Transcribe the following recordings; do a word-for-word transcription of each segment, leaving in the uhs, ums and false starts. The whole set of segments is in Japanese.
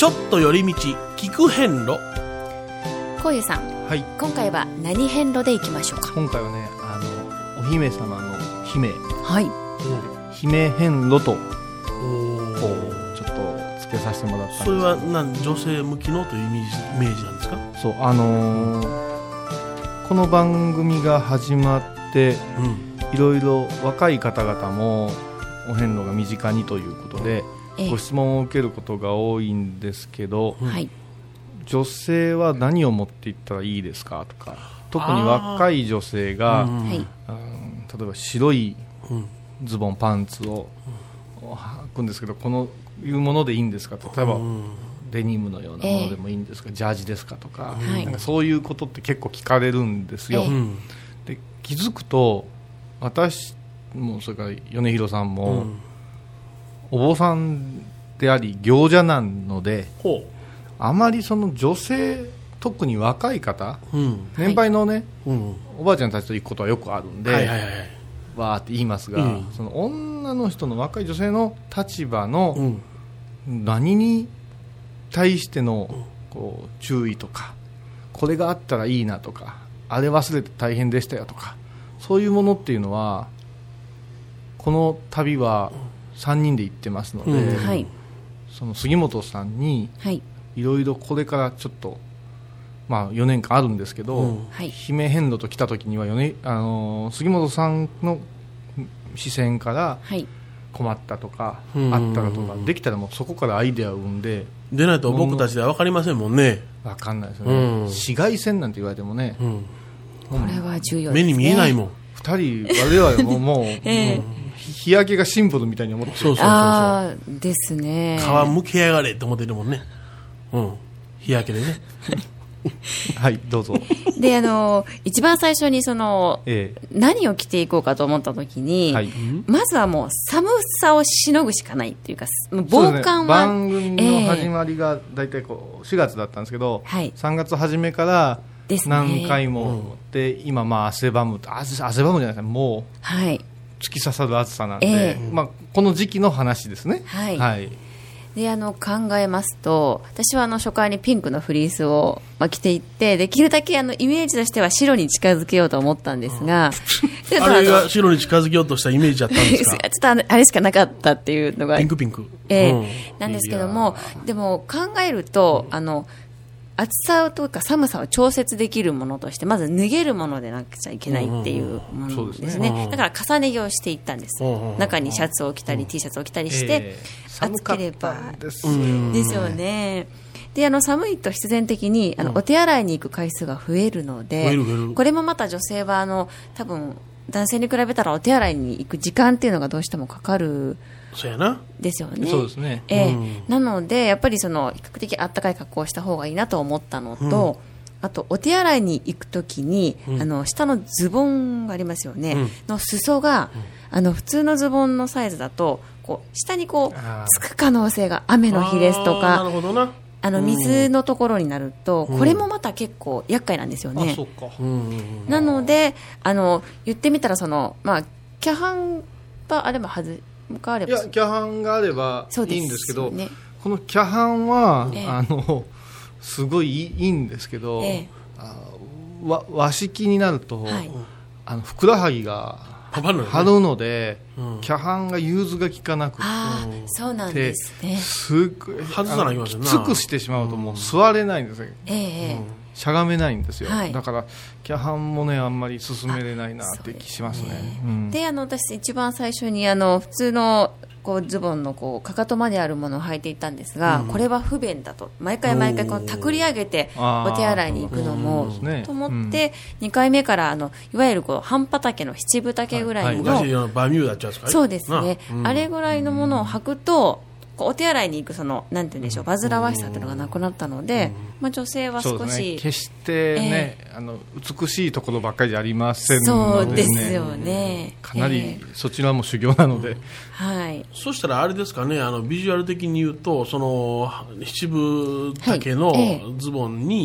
ちょっと寄り道聞く遍路。 こうゆさん、 はい、 今回は何遍路でいきましょうか。 今回はね、あのお姫様の姫、 はい、 姫遍路とこうちょっとつけさせてもらったんです。 それは何、女性向きのというイメージ、イメージなんですか。 そう、あのー、この番組が始まって、いろいろ若い方々もお遍路が身近にということで、ええ、ご質問を受けることが多いんですけど、はい、女性は何を持っていったらいいですかとか、特に若い女性が、うん、例えば白いズボンパンツを履くんですけど、このいうものでいいんですかと、例えば、うん、デニムのようなものでもいいんですか、えー、ジャージですかとか、うん、なんかそういうことって結構聞かれるんですよ、えー、で気づくと私もそれから米広さんも、うん、お坊さんであり行者なので、あまりその女性、特に若い方、うん、年配のね、はい、おばあちゃんたちと行くことはよくあるんで、はいはいはい、わーって言いますが、うん、その女の人の若い女性の立場の何に対してのこう注意とか、これがあったらいいなとか、あれ忘れて大変でしたよとか、そういうものっていうのはこの旅はさんにんで行ってますので、うんはい、その杉本さんにいろいろこれからちょっと、まあ、よねんかんあるんですけど、うんはい、姫遍路と来た時にはよね、あのー、杉本さんの視線から困ったとか、はい、あったらとか、できたらもうそこからアイデアを生んで、 でないと僕たちでは分かりませんもんね。 分かんないですよね、うん、紫外線なんて言われてもね、うん、 これは重要ですね。 目に見えないもん。 ふたり我々ももう、えー、もう日焼けがシンボルみたいに思ってる。 そうそうそうそう、 あですね。 皮むきやがれって思ってるもんね、うん、日焼けでねはいどうぞ。 であの一番最初にその、ええ、何を着ていこうかと思った時に、はい、まずはもう寒さをしのぐしかないっていうか、防寒は、 ね、番組の始まりがだいたいこうしがつだったんですけど、はい、さんがつ初めから何回もで、ね、今まあ汗ばむ汗ばむじゃないですか、もう、はい、突き刺さる暑さなんで、えーまあ、この時期の話ですね。はい、はい、 であの考えますと、私はあの初回にピンクのフリースを、まあ、着ていって、できるだけあのイメージとしては白に近づけようと思ったんですが、 あれが白に近づけようとしたイメージだったんですか。 ちょっとあのあれしかなかったっていうのがピンクピンク、 えーうん、なんですけども、でも考えると、あの暑さとか寒さを調節できるものとして、まず脱げるものでなくちゃいけないっていうものですね。だから重ね着をしていったんです。中にシャツを着たり T シャツを着たりして、えー、暑ければですよね。であの寒いと必然的にあのお手洗いに行く回数が増えるので、これもまた女性はあの多分男性に比べたらお手洗いに行く時間っていうのがどうしてもかかる。 そうやな。 ですよね。 そうですね。 えーうん、なのでやっぱりその比較的あったかい格好をした方がいいなと思ったのと、うん、あとお手洗いに行くときに、うん、あの下のズボンがありますよね、うん、の裾が、うん、あの普通のズボンのサイズだとこう下にこうつく可能性が、雨の日ですとか、 なるほどな、 あの水のところになると、うん、これもまた結構厄介なんですよね。 あ、そっか、うん、 なのであの言ってみたらその、まあ、キャハンがあればはずいやキャハンがあればいいんですけど、ね、このキャハンは、ええ、あのすごいいいんですけど、ええ、あ和, 和式になると、はい、あのふくらはぎが張るので、うん、キャハンが融通が効かなくて、 あ、そうなんですね。 すごい外さないようにきつくしてしまうともう座れないんですよ、 ええ、 うん、しゃがめないんですよ、 はい、 だからキャハンもねあんまり進めれないなって気しますね。 で、うん、であの私一番最初にあの普通のこうズボンのこうかかとまであるものを履いていたんですが、うん、これは不便だと毎回毎回こうたくり上げてお手洗いに行くのもと思って、うん、にかいめからあのいわゆるこう半端丈の七分丈ぐらいの、 はいはい、バミューダってやつかい。 そうですね、うん、あれぐらいのものを履くとお手洗いに行くそのなんて言うんでしょう、煩わしさというのがなくなったので、まあ、女性は少し、 ね、決してね、えー、あの美しいところばっかりじゃありませんので、 ね、そうですよね、 かなりそちらも修行なので、 うん、はい、 そしたらあれですかね、あのビジュアル的に言うとその七分丈のズボンに、はい、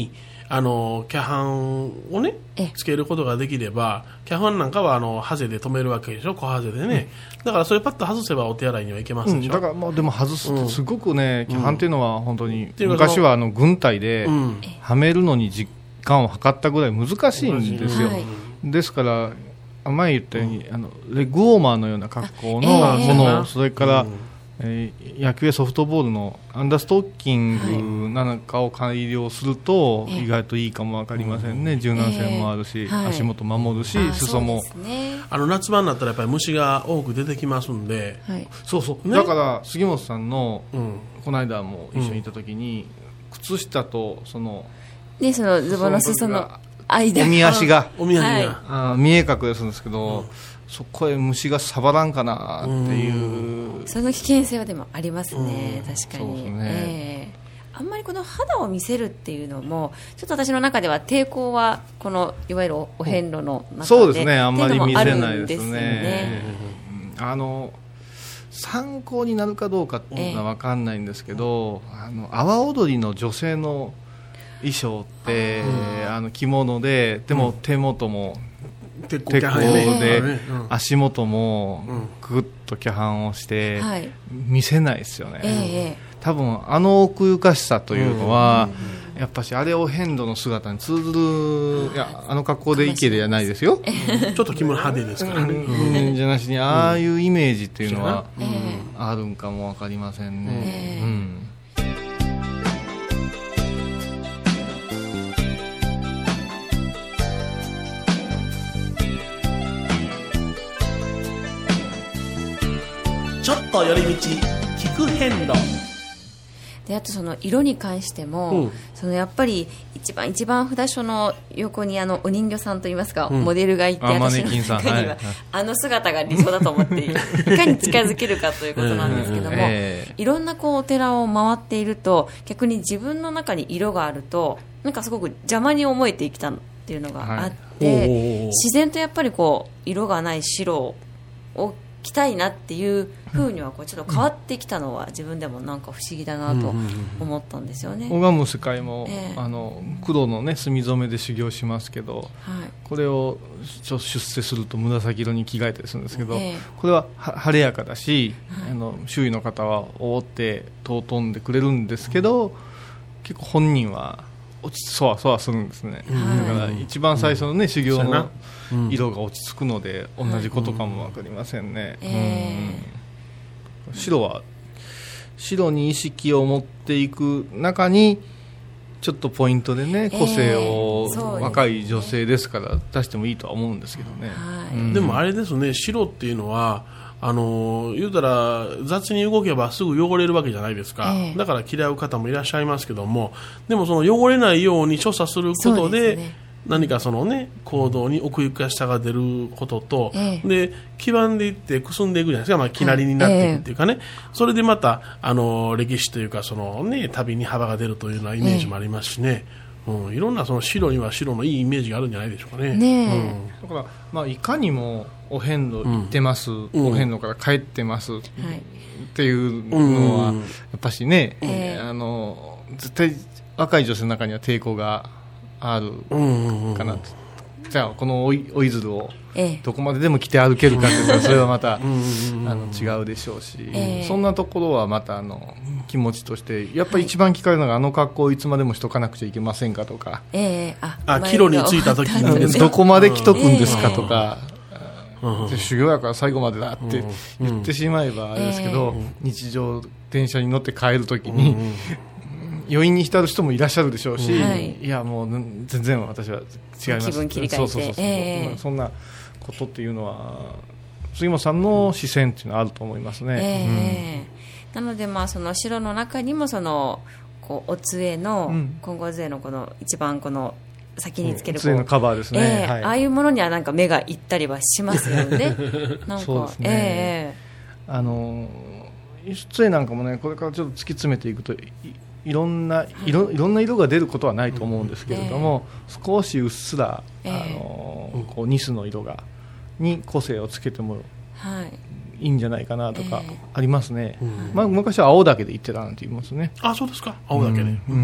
あのキャハンをねつけることができれば、キャハンなんかはあのハゼで止めるわけでしょ、小ハゼでね、うん、だからそれパッと外せばお手洗いには行けますでしょ、 うん、だからまあでも外すってすごくね、うん、キャハンっていうのは本当に、うん、昔はあの軍隊ではめるのに時間を計ったぐらい難しいんですよ、はい、ですから前言ったように、うん、あのレッグウォーマーのような格好のもの、えー、それから、うんえー、野球やソフトボールのアンダーストッキングなんかを改良すると意外といいかも分かりませんね、えー、柔軟性もあるし、えーはい、足元守るし、裾も、 ね、 あの夏場になったらやっぱり虫が多く出てきますんで、 はい、そうそう、ね、だから杉本さんの、うん、この間も一緒にいた時に、うん、靴下とその、 ね、そのズボンの裾の間おみ足がおみ足が、はい、 あ見え隠れするんですけど、うん、そこへ虫が触らんかなっていう、 うん、その危険性はでもありますね、うん、確かに、 そうですね、 えー、あんまりこの肌を見せるっていうのもちょっと私の中では抵抗はこのいわゆるお遍路の中で、 そうですね、あんまり見せないですね、あの参考になるかどうかっていうのは分かんないんですけど、えー、あの阿波踊りの女性の衣装ってあの着物で、でも手元も鉄鋼で、足元もグッとキャハンをして見せないですよね、えー、多分あの奥ゆかしさというのは、うん、やっぱしあれを遍路の姿に通ずる、いやあの格好でいけるじゃないですよちょっと着物派手ですからね、 うん、じゃなしにああいうイメージっていうのは、うん、あるんかも分かりませんね、うんうん、 ちょっと寄り道聞く遍路で、あとその色に関しても、うん、そのやっぱり一番一番札所の横にあのお人形さんといいますか、うん、モデルがいて、私の中には、はい、あの姿が理想だと思っていかに近づけるかということなんですけども、えー、いろんなこうお寺を回っていると逆に自分の中に色があるとなんかすごく邪魔に思えてきたっていうのがあって、はい、自然とやっぱりこう色がない白を着たいなっていう風にはこうちょっと変わってきたのは自分でもなんか不思議だなと思ったんですよね。 拝む世界も、えー、あの黒のね墨染めで修行しますけど、はい、これをちょっと出世すると紫色に着替えたりするんですけど、えー、これは晴れやかだし、はい、あの周囲の方は覆って尊んでくれるんですけど、結構本人は落ちそわそわするんですね、はい、だから一番最初の、ね、修行の色が落ち着くので同じことかも分かりませんね、はい、えー、白は白に意識を持っていく中にちょっとポイントでね、個性を、えー、若い女性ですから出してもいいとは思うんですけどね、 はい、うん、でもあれですね、白っていうのはあの言うたら雑に動けばすぐ汚れるわけじゃないですか、えー、だから嫌う方もいらっしゃいますけども、でもその汚れないように所作することで、ね、何かそのね行動に奥ゆかしさが出ることと、えー、で黄ばんでいってくすんでいくじゃないですか、まあ、きなりになっていくっていうかね、えー、それでまたあの歴史というかその、ね、旅に幅が出るというようなイメージもありますしね、えーうん、いろんなその白には白のいいイメージがあるんじゃないでしょうかね。 ね、 うん、だから、まあ、いかにもお遍路行ってます、うん、お遍路から帰ってます、うん、っていうのは、うん、やっぱしね、えー、あの絶対若い女性の中には抵抗があるかなと、うんうんうん、じゃあこのおい、おいずるをどこまででも着て歩けるかっていうとそれはまたあの違うでしょうし、えー、そんなところはまたあの気持ちとしてやっぱり一番聞かれるのが、はい、あの格好をいつまでもしとかなくちゃいけませんかとか、 えー、ああ帰路に着いた時にどこまで着とくんですかとか、えー、修行やから最後までだって言ってしまえばあれですけど、えー、日常電車に乗って帰る時に、うん余韻に浸る人もいらっしゃるでしょうし、うんはい、いやもう全然私は違います、 気分切り替えて、 そうそうそうそう、えー、そんなことっていうのは杉本さんの視線っていうのはあると思いますね、 えーうん、なのでまあその城の中にもそのこうお杖の、うん、金剛杖のこの一番この先につける杖のカバーですね、 えーはい、ああいうものにはなんか目がいったりはしますよねなんかそうですね、えー、あの杖なんかもねこれからちょっと突き詰めていくといいろんな色、いろんな色が出ることはないと思うんですけれども、えー、少しうっすら、えー、あのこうニスの色がに個性をつけても、 はい、 いいんじゃないかなとかありますね、えーうんまあ、昔は青だけで言ってたなんて言いますね。 あ、そうですか。青だけで、うんうん、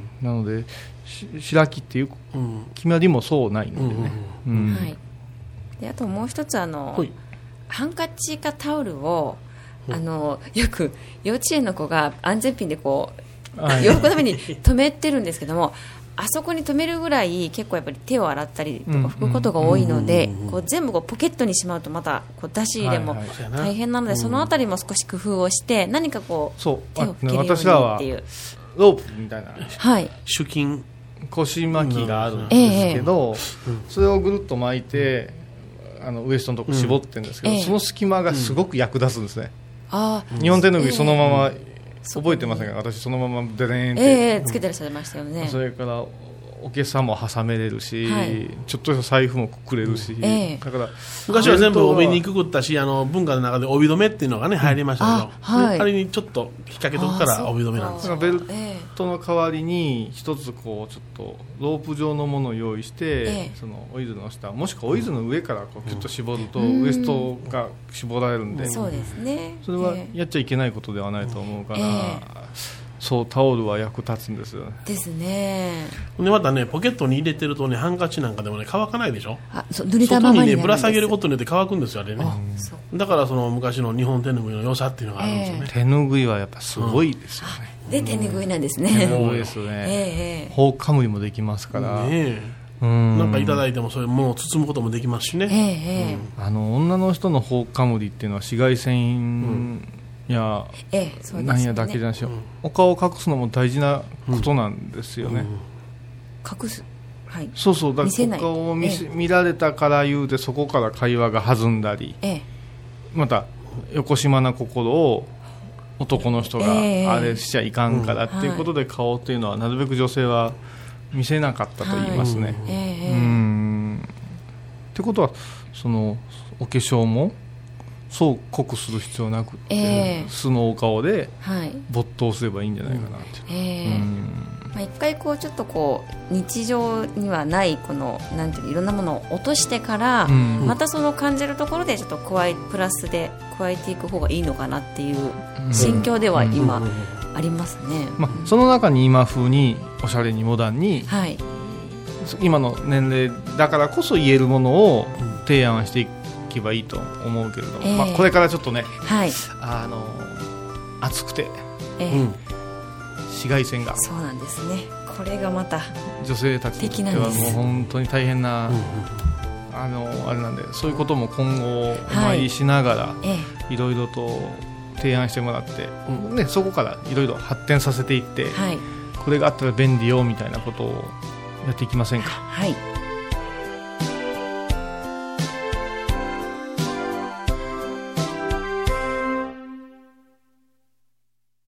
なので白木っていう決まりもそうないのでね、うんうんうんはい、であともう一つあのハンカチかタオルをあのよく幼稚園の子が安全ピンでこう洋服の上に留めてるんですけども、あそこに留めるぐらい結構やっぱり手を洗ったりとか拭くことが多いので、こう全部こうポケットにしまうとまたこう出し入れも大変なので、そのあたりも少し工夫をして何かこう手を拭けるようにっていうロープみたいな、 はい、 手巾腰巻きがあるんですけど、ええ、それをぐるっと巻いてあのウエストのとこ絞ってるんですけど、うん、その隙間がすごく役立つんですね、うん、あ日本手ぬぐいそのまま、ええ覚えてませんが、私そのままデレーンって、 えー、つけてらっしゃいましたよね。 それからおけさも挟めれるし、はい、ちょっとした財布もくくれるし、えー、だから昔は全部帯にくくったし、あの文化の中で帯留めっていうのがね入りましたけど、あ、はい、あれにちょっと引っ掛けとくから帯留めなんですよ。 ベルトの代わりに一つこうちょっとロープ状のものを用意して、えー、そのオイルの下もしくはオイルの上からこうキュッと絞ると、うん、ウエストが絞られるんで、うん、 そうですね、 それはやっちゃいけないことではないと思うから、えー、そうタオルは役立つんですよね。 ですね。 でまたねポケットに入れてるとねハンカチなんかでもね乾かないでしょ。 あ、そう濡れたままになるんです。外にねぶら下げることによって乾くんですよあれね。だからその昔の日本手ぬぐいの良さっていうのがあるんですよね、えー、 手ぬぐいはやっぱすごいですよね、 うん、で手ぬぐいなんですね。 手ぬぐいですね、えー、ほうかむりもできますから、 ね、うんなんかいただいてもそういうものを包むこともできますしね、 えーうん、あの女の人のほうかむりっていうのは紫外線、うんいや、ええそうですね、なんやだけじゃなし、うん、お顔を隠すのも大事なことなんですよね、うんうん、 隠す、はい、 そうそうだからお顔を 見,、ええ、見られたから言うてそこから会話が弾んだり、ええ、またよこしまな心を男の人があれしちゃいかんからっていうことで顔っていうのはなるべく女性は見せなかったと言いますね、はいええ、うんってことはそのお化粧もそう濃くする必要なくて、えー、素のお顔で没頭すればいいんじゃないかなって、えーうんまあ、一回こうちょっとこう日常にはないこのなんていういろんなものを落としてから、うん、またその感じるところでちょっと加えプラスで加えていく方がいいのかなっていう心境では今ありますね、 うんまあ、その中に今風におしゃれにモダンに、はい、今の年齢だからこそ言えるものを提案していくけばいいと思うけれども、えーまあ、これからちょっとね、はい、あの暑くて、えー、紫外線がそうなんですね。これがまた女性たちにとってはもう本当に大変な、うん、あのあれなんでそういうことも今後お参りしながら、はい、いろいろと提案してもらって、うんね、そこからいろいろ発展させていって、はい、これがあったら便利よみたいなことをやっていきませんか。 はい